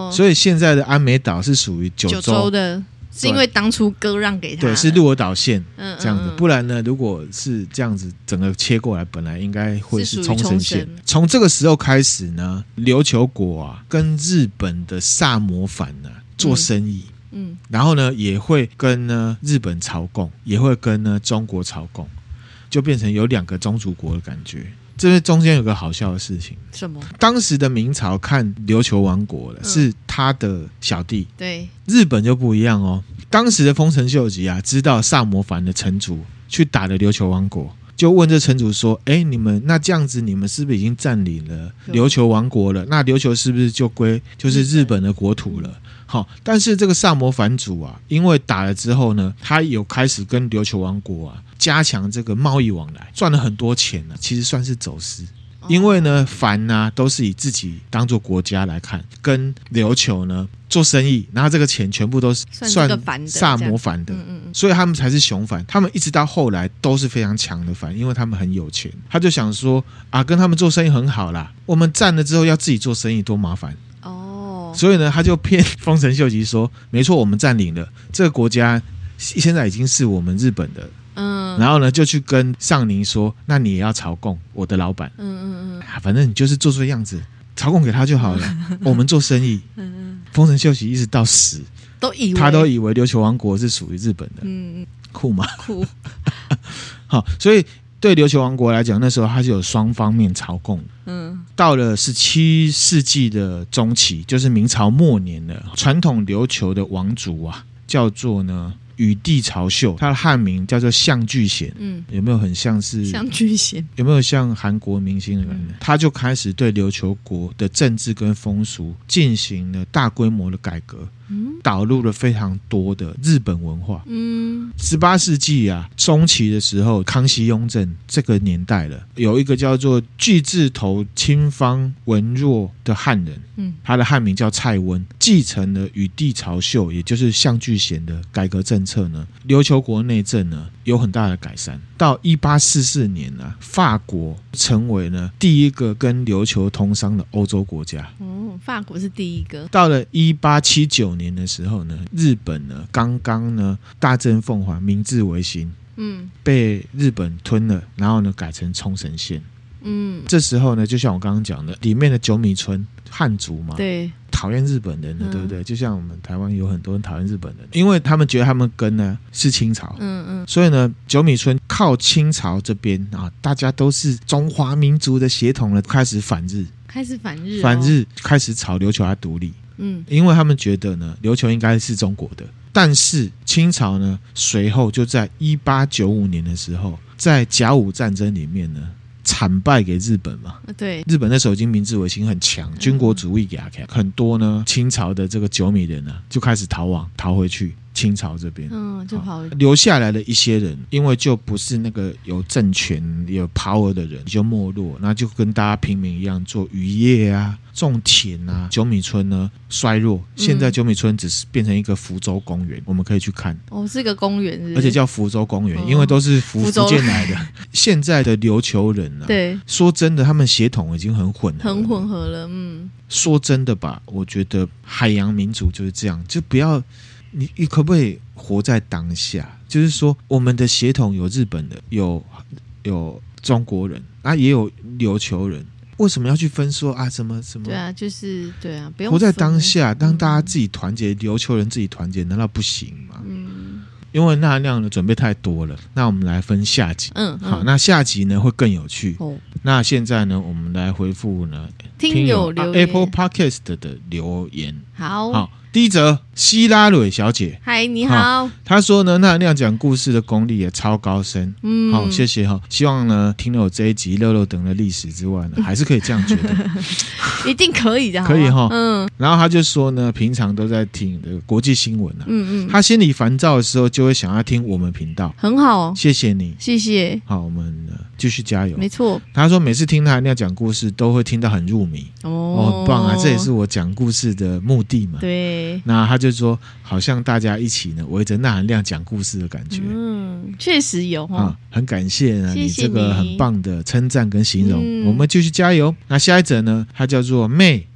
哦， 所以现在的安美岛是属于九州, 九州的，是因为当初割让给他， 对，是鹿儿岛县这样子。 嗯嗯嗯， 不然呢，如果是这样子整个切过来，本来应该会是冲绳县。 从这个时候开始呢，琉球国啊跟日本的萨摩藩呢做生意。嗯嗯，然后呢，也会跟呢日本朝贡，也会跟呢中国朝贡，就变成有两个宗主国的感觉。这中间有个好笑的事情， 什么？ 当时的明朝看琉球王国了， 嗯、 是他的小弟。 对， 日本就不一样哦。当时的丰臣秀吉啊，知道萨摩藩的城主去打了琉球王国，就问这城主说：“哎，你们那这样子，你们是不是已经占领了琉球王国了？那琉球是不是就归就是日本的国土了？”好，但是这个萨摩藩主啊，因为打了之后呢，他有开始跟琉球王国啊加强这个贸易往来，赚了很多钱呢、啊，其实算是走私。因为呢，藩啊都是以自己当做国家来看，跟琉球呢做生意，然后这个钱全部都是算萨摩藩的，嗯嗯，所以他们才是雄藩。他们一直到后来都是非常强的藩，因为他们很有钱。他就想说啊，跟他们做生意很好啦，我们占了之后要自己做生意多麻烦。所以呢，他就骗丰臣秀吉说：“没错，我们占领了这个国家，现在已经是我们日本的。”嗯，然后呢，就去跟上宁说：“那你也要朝贡我的老板。”嗯嗯嗯，反正你就是做做样子，朝贡给他就好了。我们做生意。嗯嗯，丰臣秀吉一直到死都以为他都以为琉球王国是属于日本的。嗯，酷吗？ 酷。 好，所以。对琉球王国来讲，那时候它是有双方面朝贡。嗯，到了十七世纪的中期，就是明朝末年了，传统琉球的王族啊，叫做呢羽地朝秀，他的汉名叫做相聚贤。嗯，有没有很像是相聚贤？有没有像韩国明星的感觉？嗯、他就开始对琉球国的政治跟风俗进行了大规模的改革。嗯，导入了非常多的日本文化。嗯，十八世纪啊中期的时候，康熙雍正这个年代了，有一个叫做巨字头清方文若的汉人，嗯，他的汉名叫蔡温，继承了羽地朝秀，也就是相聚贤的改革政策呢，琉球国内政呢有很大的改善。到一八四四年啊，法国成为呢第一个跟琉球通商的欧洲国家。 哦，法国是第一个。 到了一八七九年的时候呢，日本呢刚刚呢大政奉还，明治维新，嗯，被日本吞了，然后呢改成冲绳县。嗯，这时候呢，就像我刚刚讲的，里面的九米村汉族嘛，对，讨厌日本人的、嗯，对不对？就像我们台湾有很多人讨厌日本人，因为他们觉得他们根呢是清朝，嗯嗯，所以呢，九米村靠清朝这边啊，大家都是中华民族的血统了，开始反日， 开始反日、哦， 反日，开始吵琉球要独立，嗯，因为他们觉得呢，琉球应该是中国的，但是清朝呢，随后就在一八九五年的时候，在甲午战争里面呢。惨败给日本嘛？ 对， 日本那时候已经明治维新很强，军国主义给他看，很多呢清朝的这个九米人啊，就开始逃亡，逃回去清朝这边，嗯，就跑留下来的一些人，因为就不是那个有政权、有 power 的人，就没落，那就跟大家平民一样做渔业啊、种田啊。九米村呢衰弱，现在九米村只是变成一个福州公园，我们可以去看。 哦，是个公园是不是， 而且叫福州公园，哦、因为都是福福建来的。现在的琉球人啊，对，说真的，他们血统已经很混合了， 很混合了。嗯， 说真的吧，我觉得海洋民族就是这样，就不要。你, 你可不可以活在当下？就是说，我们的血统有日本人，有有中国人，啊，也有琉球人，为什么要去分说啊？什么什么？ 对啊，就是对啊，不用活在当下，当大家自己团结，琉球人自己团结，难道不行吗？嗯，因为那样的准备太多了。那我们来分下集，嗯，嗯好，那下集呢会更有趣。哦，那现在呢，我们来回复呢听友留言、啊、 Apple Podcast 的留言。 好， 好。第一则，希拉蕊小姐， 嗨，你好。 她说呢，那那样讲故事的功力也超高深。嗯，好，谢谢哈。希望呢，听了我这一集肉肉等的历史之外呢，还是可以这样觉得， 一定可以的， 可以哈。嗯。然后他就说呢，平常都在听的国际新闻啊，嗯嗯。他心里烦躁的时候，就会想要听我们频道， 很好， 谢谢你， 谢谢。 好，我们呢继续加油。 没错。 他说每次听他那样讲故事，都会听到很入迷。哦，哦很棒啊！这也是我讲故事的目的嘛。 对。 那他就说，好像大家一起呢围着钠含量讲故事的感觉。 嗯，确实有哈、 啊，很感谢呢谢谢你这个很棒的称赞跟形容、嗯。我们继续加油。那下一则呢，他叫做妹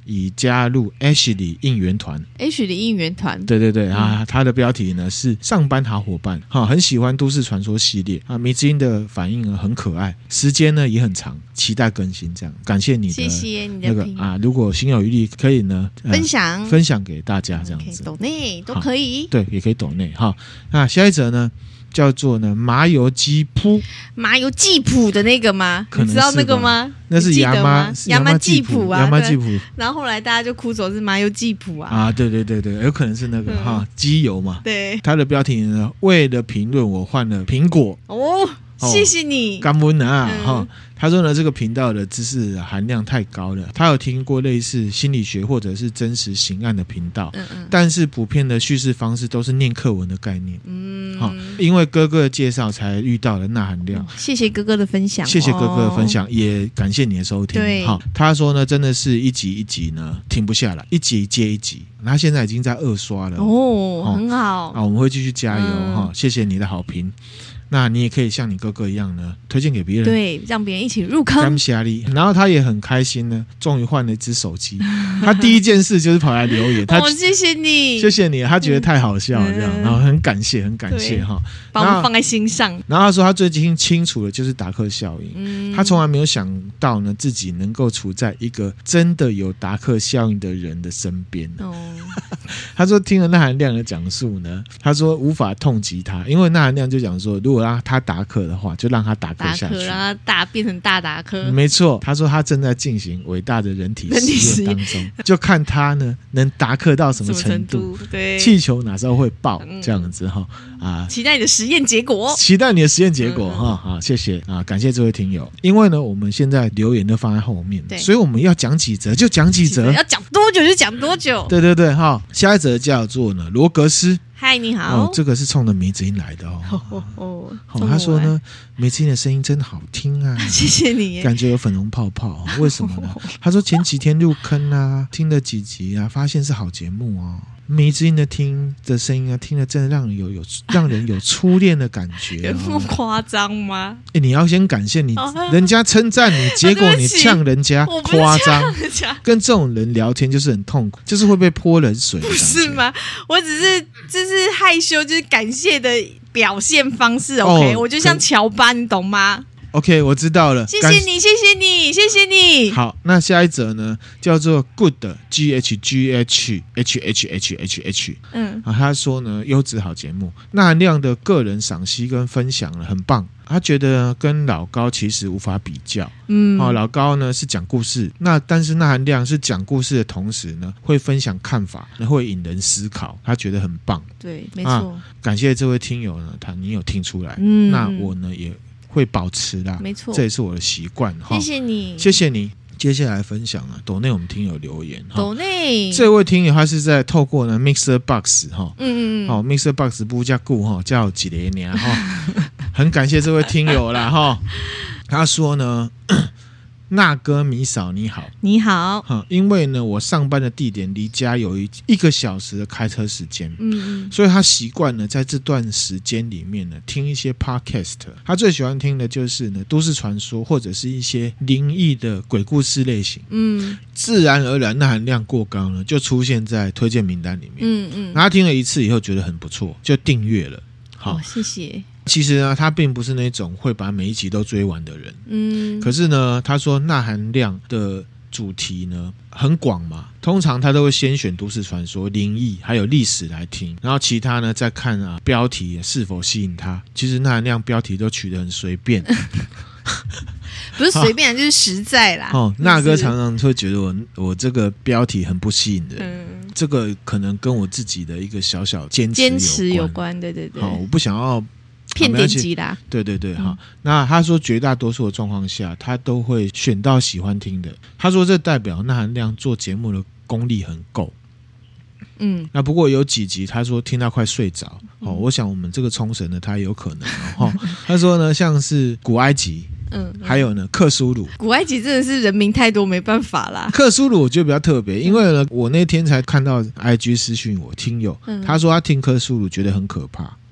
已加入 Ashley 应援团。 Ashley 应援团， 对对对、嗯、啊，他的标题呢是上班好伙伴、啊、很喜欢都市传说系列啊，迷之音的反应呢很可爱，时间呢也很长，期待更新，这样感谢你的谢谢你的那个啊，如果心有余力可以呢、呃、 分享分享给大家这样子， 抖内都可以， 对，也可以抖内哈。那下一则呢叫做呢麻油鸡铺， 麻油鸡铺的那个吗？你知道那个吗？ 那是牙妈牙妈鸡铺啊， 牙妈鸡铺。 然后后来大家就哭走是麻油鸡铺啊， 啊，对对对对，有可能是那个、嗯、哈鸡油嘛。 对， 它的标题呢，为了评论我换了苹果哦。谢谢你， 感恩啊！哈、嗯，他说呢，这个频道的知识含量太高了。他有听过类似心理学或者是真实刑案的频道，嗯嗯，但是普遍的叙事方式都是念课文的概念。嗯，好，因为哥哥的介绍才遇到了钠含量、嗯。谢谢哥哥的分享，谢谢哥哥的分享，哦、也感谢你的收听。对，好，他说呢，真的是一集一集呢停不下来，一集接一集。他现在已经在二刷了哦，哦很好啊，我们会继续加油哈、嗯，谢谢你的好评。那你也可以像你哥哥一样呢，推荐给别人，对，让别人一起入坑。然后他也很开心呢，终于换了一只手机。他第一件事就是跑来留言，他哦，谢谢你，谢谢你，他觉得太好笑了这样，嗯、然后很感谢，很感谢哈，把我们放在心上。然后他说他最近清楚的就是达克效应，嗯、他从来没有想到呢自己能够处在一个真的有达克效应的人的身边。哦，他说听了钠含量的讲述呢，他说无法痛击他，因为钠含量就讲说，如果让他达克的话，就让他达克下去，让他大变成大达克。没错，他说他正在进行伟大的人体实验当中，就看他呢能达克到什么程度，对，气球哪时候会爆、嗯、这样子哈啊！期待你的实验结果，期待你的实验结果哈、嗯、啊！谢谢啊，感谢这位听友。因为呢，我们现在留言都放在后面，所以我们要讲几则就讲几则，要讲多久就讲多久。对对对哈，下一则叫做呢罗格斯。嗨，你好、哦。这个是冲着迷之音来的哦。哦哦哦哦他说呢，迷之音的声音真好听啊，谢谢你。感觉有粉红泡泡、哦，为什么呢？他说前几天入坑啊，听了几集啊，发现是好节目哦。迷之音的听的声音啊，听了真的让人有有让人有初恋的感觉、哦，有那么夸张吗？哎，你要先感谢你，哦、人家称赞你，结果你呛人家，夸张。跟这种人聊天就是很痛苦，就是会被泼冷水，不是吗？我只是就是害羞，就是感谢的表现方式。OK，、哦、我就像乔巴，你懂吗？OK， 我知道了，谢谢你，谢谢你，谢谢你。好，那下一则呢，叫做 Good G H G H H H H H H。嗯，啊，他说呢，优质好节目，钠含量的个人赏析跟分享呢很棒。他觉得跟老高其实无法比较，嗯，哦，老高呢是讲故事，那但是钠含量是讲故事的同时呢，会分享看法，会引人思考，他觉得很棒。对，没错、啊。感谢这位听友呢，他你有听出来，嗯，那我呢也会保持啦，没错，这也是我的习惯。谢谢你，谢谢你。接下来分享啊，抖内我们听友留言，抖内这位听友他是在透过呢 Mixer Box 哈，嗯嗯嗯，好、哦、Mixer Box 不叫顾哈，叫几连年哈，很感谢这位听友啦哈，他说呢。那哥米嫂你好，你好、嗯、因为呢我上班的地点离家有一一个小时的开车时间，嗯，所以他习惯呢在这段时间里面呢听一些 podcast， 他最喜欢听的就是呢都市传说或者是一些灵异的鬼故事类型，嗯，自然而然钠含量过高呢就出现在推荐名单里面，嗯嗯，他听了一次以后觉得很不错，就订阅了。好、哦，谢谢。其实呢，他并不是那种会把每一集都追完的人。嗯，可是呢，他说钠含量的主题呢很广嘛，通常他都会先选都市传说、灵异还有历史来听，然后其他呢再看啊标题是否吸引他。其实钠含量标题都取得很随便。不是随便，就是实在啦。哦，那哥常常会觉得我我这个标题很不吸引人，嗯，这个可能跟我自己的一个小小坚持坚持有关。对对对，好，我不想要骗点击啦。对对对，好、嗯。那他说绝大多数的状况下，他都会选到喜欢听的。他说这代表钠含量做节目的功力很够。嗯，那不过有几集他说听到快睡着、嗯、哦，我想我们这个冲绳的他也有可能哦。他说呢，像是古埃及。嗯，还有呢，克苏鲁。古埃及真的是人名太多，没办法啦。克苏鲁我觉得比较特别，因为呢，我那天才看到 I G 私讯我听友、嗯，他说他听克苏鲁觉得很可怕。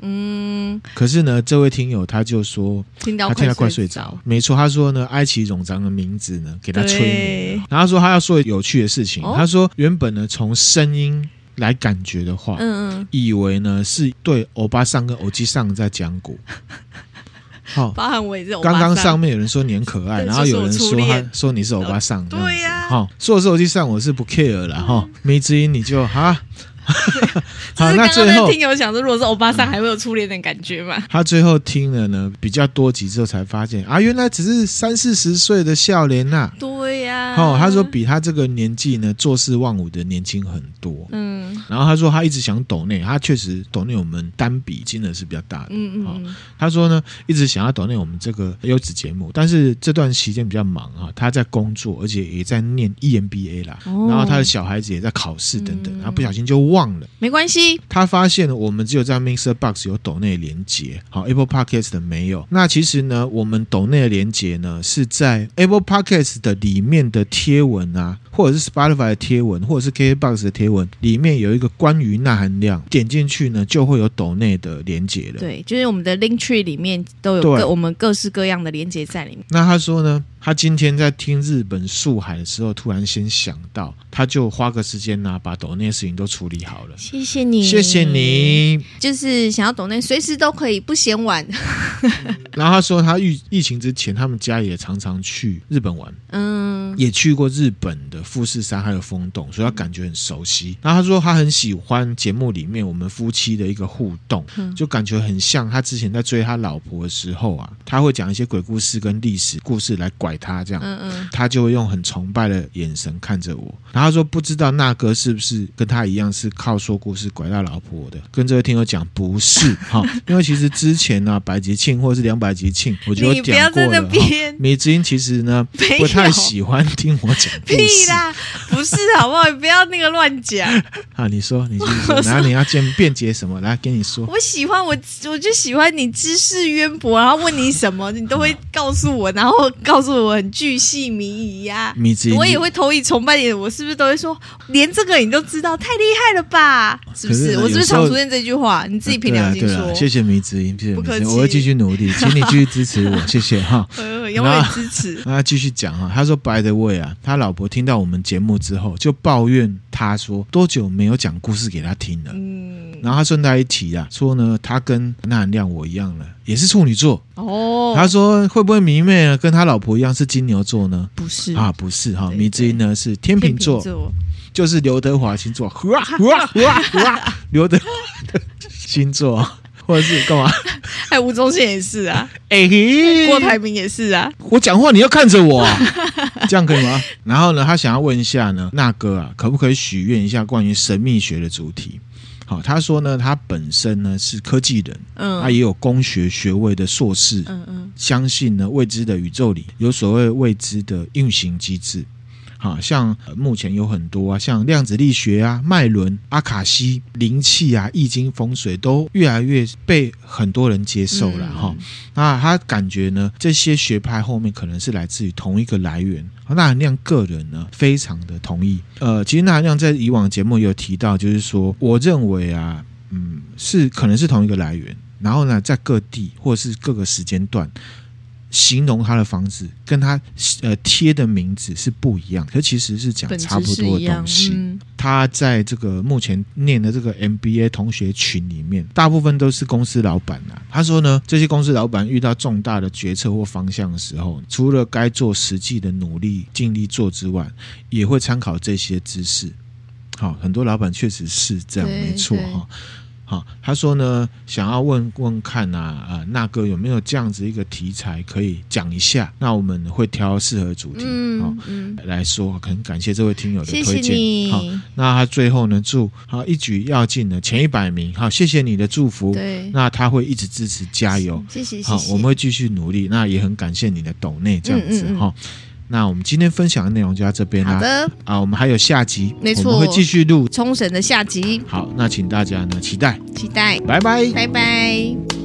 嗯，可是呢，这位听友他就说， 听到他听到快睡着。没错，他说呢，埃及冗长的名字呢，给他催眠。然后他说他要说有趣的事情，哦、他说原本呢，从声音来感觉的话，嗯嗯，以为呢是对欧巴桑跟欧基桑在讲古。好， 包含我也是欧巴桑。刚刚上面有人说你很可爱，然后有人说他说你是欧巴桑， 对呀、啊。 好，说是欧基桑，我是不 care 了哈。梅子英你就哈。 好，那最后听友想说，如果是欧巴桑，还会有初恋的感觉吗？ 他最后听了呢，比较多集之后才发现啊，原来只是三四十岁的少年呐、啊。 对呀、 啊，哦，他说比他这个年纪呢，做事忘武的年轻很多。嗯，然后他说他一直想抖内，他确实抖内我们单笔金额是比较大的。嗯嗯、哦，他说呢，一直想要抖内我们这个优质节目，但是这段期间比较忙啊，他在工作，而且也在念 E M B A 啦，哦、然后他的小孩子也在考试等等，然后不小心就忘了。 没关系， 他发现了我们只有在 Mixer Box 有抖内连结，好 Apple Podcast 的没有。那其实呢，我们抖内的连结呢是在 Apple Podcast 的里面的贴文啊，或者是 Spotify 的贴文，或者是 K K Box 的贴文，里面有一个关于钠含量，点进去呢就会有抖内的连结了。 对，就是我们的 Linktree 里面都有各我们各式各样的连结在里面。 那他说呢，他今天在听日本宿海的时候，突然先想到，他就花个时间啊，把抖内的事情都处理好了。 谢谢你， 谢谢你。 就是想要抖内，随时都可以，不嫌晚。 然后他说，他疫疫情之前，他们家也常常去日本玩，嗯，也去过日本的富士山还有丰洞，所以他感觉很熟悉。然后他说，他很喜欢节目里面我们夫妻的一个互动，嗯、就感觉很像他之前在追他老婆的时候啊，他会讲一些鬼故事跟历史故事来拐他，这样，嗯嗯，他就会用很崇拜的眼神看着我。然后他说，不知道那哥是不是跟他一样是靠说故事拐到老婆的？跟这位听友讲，不是哈，因为其实之前呢、啊，百集庆或者是两百集庆，我就有讲过了。米子英其实呢不太喜欢听我讲故事。 屁啦，不是好不好？你不要那个乱讲。 啊，你说，你继续说，然后你要辩辩解什么？来跟你说。 我喜欢我，我就喜欢你知识渊博，然后问你什么，你都会告诉我，然后告诉我很巨细靡遗呀。 米子英， 我也会投以崇拜你，我是不是都会说，连这个你都知道，太厉害了吧？是不是？我是不是常出现这句话？你自己凭良心说。 呃、谢谢米子英，谢谢米子英， 我会继续努力，请你继续支持我，谢谢哈。 永远支持。 那他继续讲哈，他说 By the way 啊，他老婆听到我们节目之后，就抱怨他说多久没有讲故事给他听了。嗯，然后他顺带一提啊，说呢，他跟钠含量我一样了，也是处女座。哦，他说会不会迷妹呢？跟他老婆一样是金牛座呢？ 不是啊，不是哈，迷之音呢是天秤座，就是刘德华星座，哇哇哇哇，刘德华的星座。或者是干嘛？ 还有吴宗宪也是啊，哎、欸，郭台铭也是啊。 我讲话你要看着我、啊，这样可以吗？然后呢，他想要问一下呢，那哥啊，可不可以许愿一下关于神秘学的主题？好，他说呢，他本身呢是科技人，嗯，他也有工学学位的硕士，嗯嗯，相信呢未知的宇宙里有所谓未知的运行机制。好像、呃、目前有很多啊，像量子力学啊、脉轮、阿卡西、灵气啊、易经、风水都越来越被很多人接受了哈、嗯。那他感觉呢，这些学派后面可能是来自于同一个来源。钠含量个人呢，非常的同意。呃，其实钠含量在以往的节目也有提到，就是说，我认为啊，嗯，是可能是同一个来源，然后呢，在各地或者是各个时间段。形容他的房子跟他呃贴的名字是不一样，可其实是讲差不多的东西。嗯、他在这个目前念的这个 M B A 同学群里面，大部分都是公司老板啊。他说呢，这些公司老板遇到重大的决策或方向的时候，除了该做实际的努力尽力做之外，也会参考这些知识。好，很多老板确实是这样，没错哈。好，他说呢，想要问问看啊，呃，那个有没有这样子一个题材可以讲一下？那我们会挑适合主题，嗯哦嗯、来说。很感谢这位听友的推荐。谢谢你。好，那他最后呢，祝好一举要进了前一百名。好，谢谢你的祝福。对，那他会一直支持，加油。 谢谢，谢谢。 好，我们会继续努力。那也很感谢你的抖内这样子哈。嗯嗯嗯那我们今天分享的内容就到这边啦。 好的啊，我们还有下集， 没错， 我们会继续录冲绳的下集。 好，那请大家呢期待， 期待， 拜拜， 拜拜。